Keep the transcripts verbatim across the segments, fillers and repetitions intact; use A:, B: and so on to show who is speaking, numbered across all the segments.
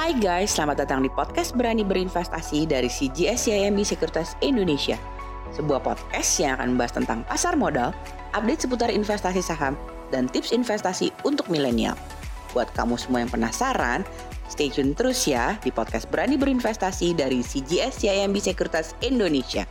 A: Hai guys, selamat datang di podcast Berani Berinvestasi dari C G S C I M B Sekuritas Indonesia. Sebuah podcast yang akan membahas tentang pasar modal, update seputar investasi saham, dan tips investasi untuk milenial. Buat kamu semua yang penasaran, stay tune terus ya di podcast Berani Berinvestasi dari C G S C I M B Sekuritas Indonesia.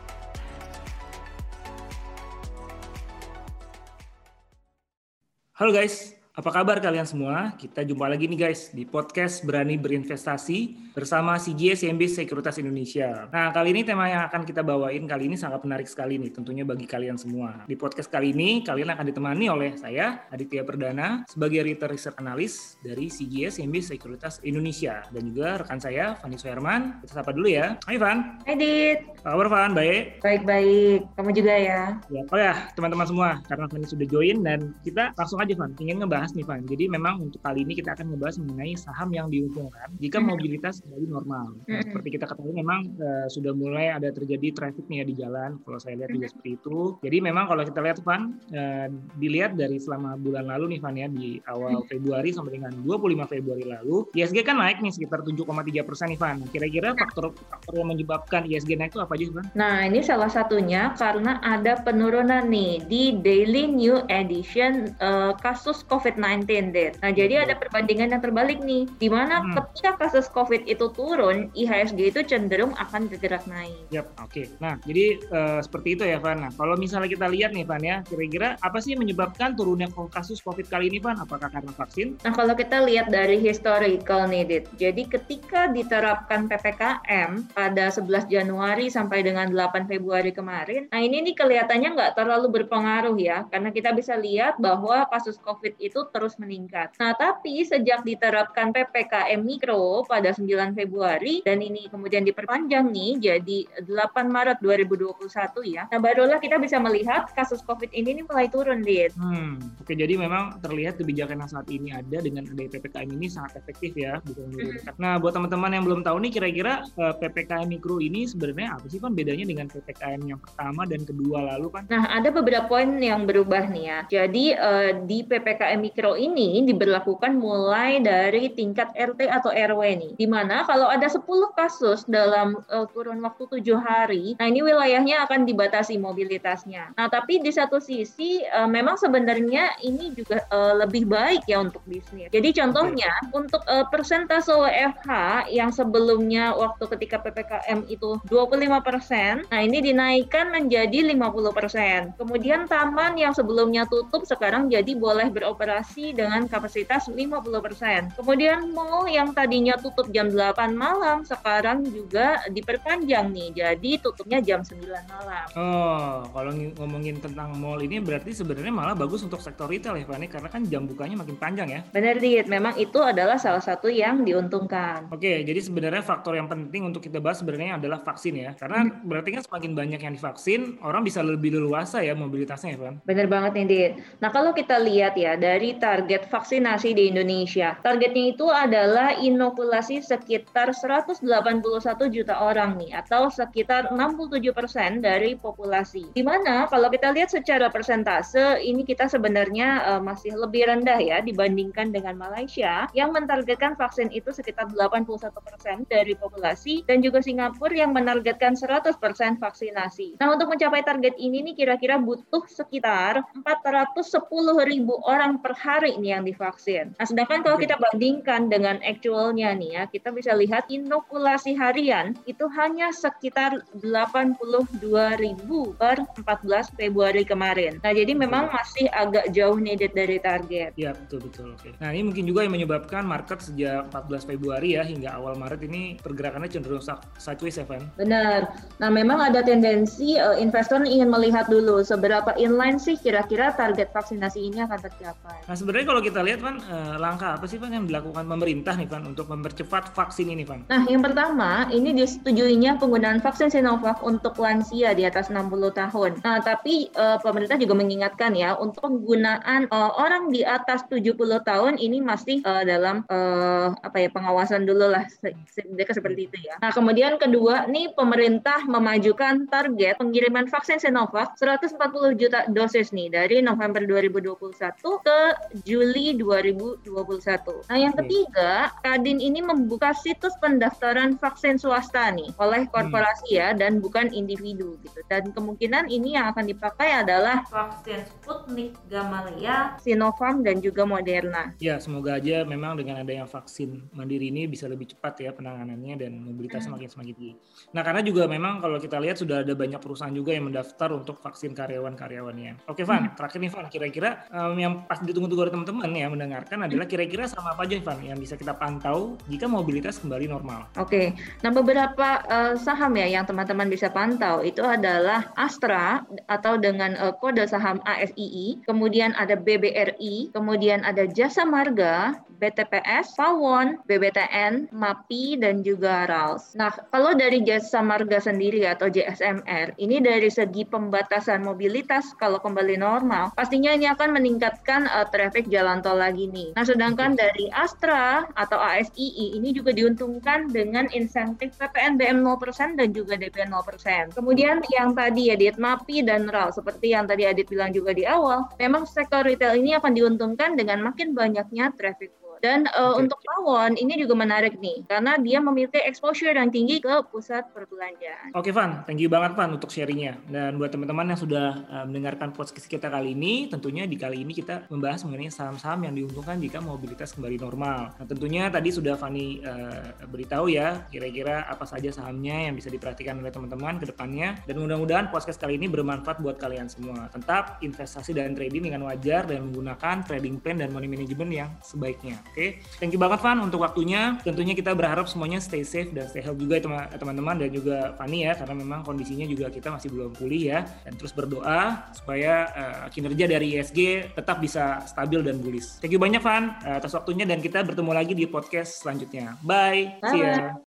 B: Halo guys, apa kabar kalian semua? Kita jumpa lagi nih guys di podcast Berani Berinvestasi bersama C G S C I M B Sekuritas Indonesia. Nah, kali ini tema yang akan kita bawain kali ini sangat menarik sekali nih tentunya bagi kalian semua. Di podcast kali ini kalian akan ditemani oleh saya Aditya Perdana sebagai Retail Research Analyst dari C G S C I M B Sekuritas Indonesia dan juga rekan saya Fani Suherman. Kita sapa dulu ya. Hai Van.
C: Hai Dit.
B: Apa kabar Van? Baik?
C: Baik-baik. Kamu juga ya?
B: Ya, oh ya teman-teman semua, karena Fani sudah join dan kita langsung aja Van, ingin ngebahas nih Van. Jadi memang untuk kali ini kita akan ngebahas mengenai saham yang diuntungkan jika mobilitas kembali normal. Nah,
C: Mm-hmm.
B: seperti kita ketahui memang uh, sudah mulai ada terjadi traffic nih ya di jalan. Kalau saya lihat juga seperti itu. Jadi memang kalau kita lihat Van, uh, dilihat dari selama bulan lalu nih Van ya, di awal Februari sampai dengan dua puluh lima Februari lalu, I S G kan naik nih sekitar tujuh koma tiga persen nih Van. Nah, kira-kira faktor-faktor yang menyebabkan I S G naik itu apa aja Van?
C: Nah, ini salah satunya karena ada penurunan nih di daily new edition uh, kasus covid sembilan belas, Dit. Nah, jadi ada perbandingan yang terbalik nih, di mana hmm. ketika kasus COVID itu turun, I H S G itu cenderung akan bergerak naik.
B: Yap, oke. Okay. Nah, jadi uh, seperti itu ya, Van. Nah, kalau misalnya kita lihat nih, Van ya, kira-kira apa sih yang menyebabkan turunnya kasus COVID kali ini, Van? Apakah karena vaksin?
C: Nah, kalau kita lihat dari historical nih, Dit. Jadi ketika diterapkan P P K M pada sebelas Januari sampai dengan delapan Februari kemarin, nah ini nih kelihatannya nggak terlalu berpengaruh ya, karena kita bisa lihat bahwa kasus COVID itu terus meningkat. Nah, tapi sejak diterapkan P P K M Mikro pada sembilan Februari dan ini kemudian diperpanjang nih jadi delapan Maret dua ribu dua puluh satu ya. Nah, barulah kita bisa melihat kasus COVID ini nih mulai turun, Dit.
B: Hmm, oke, jadi memang terlihat kebijakan yang saat ini ada dengan adanya P P K M ini sangat efektif ya, bukan hmm. Nah, buat teman-teman yang belum tahu nih kira-kira uh, P P K M Mikro ini sebenarnya apa sih Pan bedanya dengan P P K M yang pertama dan kedua lalu Pan?
C: Nah, ada beberapa poin yang berubah nih ya. Jadi uh, di P P K M Mikro ini diberlakukan mulai dari tingkat R T atau R W nih, di mana kalau ada sepuluh kasus dalam uh, kurun waktu tujuh hari, nah ini wilayahnya akan dibatasi mobilitasnya. Nah, tapi di satu sisi uh, memang sebenarnya ini juga uh, lebih baik ya untuk bisnis. Jadi contohnya okay. untuk uh, persentase W F H yang sebelumnya waktu ketika P P K M itu dua puluh lima persen, nah ini dinaikkan menjadi lima puluh persen. Kemudian taman yang sebelumnya tutup sekarang jadi boleh beroperasi dengan kapasitas lima puluh persen. Kemudian mall yang tadinya tutup jam delapan malam sekarang juga diperpanjang nih, jadi tutupnya jam sembilan malam.
B: Oh, kalau ngomongin tentang mall ini berarti sebenarnya malah bagus untuk sektor retail ya Fani, karena kan jam bukanya makin panjang ya.
C: Benar, Dit. Memang itu adalah salah satu yang diuntungkan.
B: Oke, jadi sebenarnya faktor yang penting untuk kita bahas sebenarnya adalah vaksin ya. Karena hmm. berarti kan semakin banyak yang divaksin, orang bisa lebih leluasa ya mobilitasnya ya, Van?
C: Benar banget nih, Dit. Nah, kalau kita lihat ya dari target vaksinasi di Indonesia, targetnya itu adalah inokulasi sekitar seratus delapan puluh satu juta orang nih, atau sekitar enam puluh tujuh persen dari populasi. Di mana kalau kita lihat secara persentase, ini kita sebenarnya uh, masih lebih rendah ya dibandingkan dengan Malaysia yang mentargetkan vaksin itu sekitar delapan puluh satu persen dari populasi dan juga Singapura yang menargetkan seratus persen vaksinasi. Nah, untuk mencapai target ini nih kira-kira butuh sekitar empat ratus sepuluh ribu orang per hari nih yang divaksin. Nah, sedangkan kalau kita bandingkan dengan actualnya nih ya, kita bisa lihat inokulasi harian itu hanya sekitar delapan puluh dua ribu per empat belas Februari kemarin. Nah, jadi memang masih agak jauh nih dari target.
B: Ya, betul betul. Oke. Nah, ini mungkin juga yang menyebabkan market sejak empat belas Februari ya hingga awal Maret ini pergerakannya cenderung sideways ya, Van?
C: Benar. Nah, memang ada tendensi uh, investor ingin melihat dulu seberapa inline sih kira-kira target vaksinasi ini akan tercapai.
B: Nah, sebenarnya kalau kita lihat, Van, uh, langkah apa sih, Van, yang dilakukan pemerintah nih, Van, untuk mempercepat vaksin ini, Van?
C: Nah, yang pertama, ini disetujuinya penggunaan vaksin Sinovac untuk lansia di atas enam puluh tahun. Nah, tapi uh, pemerintah juga mengingatkan ya, untuk penggunaan uh, orang di atas tujuh puluh tahun ini masih uh, dalam uh, apa ya pengawasan dulu lah, mereka seperti itu ya. Nah, kemudian kedua, nih pemerintah memajukan target pengiriman vaksin Sinovac seratus empat puluh juta dosis nih dari November dua ribu dua puluh satu ke Juli dua ribu dua puluh satu. Nah, yang ketiga, Kadin ini membuka situs pendaftaran vaksin swasta nih oleh korporasi ya dan bukan individu gitu. Dan kemungkinan ini yang akan dipakai adalah vaksin Sputnik, Gamaleya, Sinopharm dan juga Moderna.
B: Ya, semoga aja memang dengan adanya vaksin mandiri ini bisa lebih cepat ya penanganannya dan mobilitasnya hmm. makin semakin tinggi. Nah, karena juga memang kalau kita lihat sudah ada banyak perusahaan juga yang mendaftar untuk vaksin karyawan-karyawannya. Oke, Van, hmm. terakhir nih Van, kira-kira um, yang pasti ditunggu-tunggu oleh teman-teman ya mendengarkan adalah kira-kira sama apa aja Van yang bisa kita pantau jika mobilitas kembali normal.
C: Oke, nah beberapa uh, saham ya yang teman-teman bisa pantau itu adalah Astra atau dengan uh, kode saham A S I I, kemudian ada B B R I, kemudian ada Jasa Marga, B T P S, Pawon, B B T N, M A P I, dan juga R A L S. Nah, kalau dari Jasa Marga sendiri atau J S M R, ini dari segi pembatasan mobilitas kalau kembali normal, pastinya ini akan meningkatkan uh, traffic jalan tol lagi nih. Nah, sedangkan dari Astra atau A S I I ini juga diuntungkan dengan insentif P P N B M nol persen dan juga D P nol persen. Kemudian yang tadi ya, Dit, M A P I dan R A L S, seperti yang tadi Adit bilang juga di awal, memang sektor retail ini akan diuntungkan dengan makin banyaknya traffic. Dan uh, okay. untuk Pawon ini juga menarik nih, karena dia memiliki exposure yang tinggi ke pusat perbelanjaan.
B: Oke okay, Van, thank you banget Van untuk sharingnya. Dan buat teman-teman yang sudah uh, mendengarkan podcast kita kali ini, tentunya di kali ini kita membahas mengenai saham-saham yang diuntungkan jika mobilitas kembali normal. Nah tentunya tadi sudah Fani uh, beritahu ya, kira-kira apa saja sahamnya yang bisa diperhatikan oleh teman-teman ke depannya. Dan mudah-mudahan podcast kali ini bermanfaat buat kalian semua. Tetap investasi dan trading dengan wajar dan menggunakan trading plan dan money management yang sebaiknya. Oke, okay. Thank you banget Van untuk waktunya. Tentunya kita berharap semuanya stay safe dan stay healthy juga teman-teman dan juga Fani ya, karena memang kondisinya juga kita masih belum pulih ya. Dan terus berdoa supaya uh, kinerja dari I S G tetap bisa stabil dan bullish. Thank you banyak Van uh, atas waktunya dan kita bertemu lagi di podcast selanjutnya. Bye. Bye. See ya.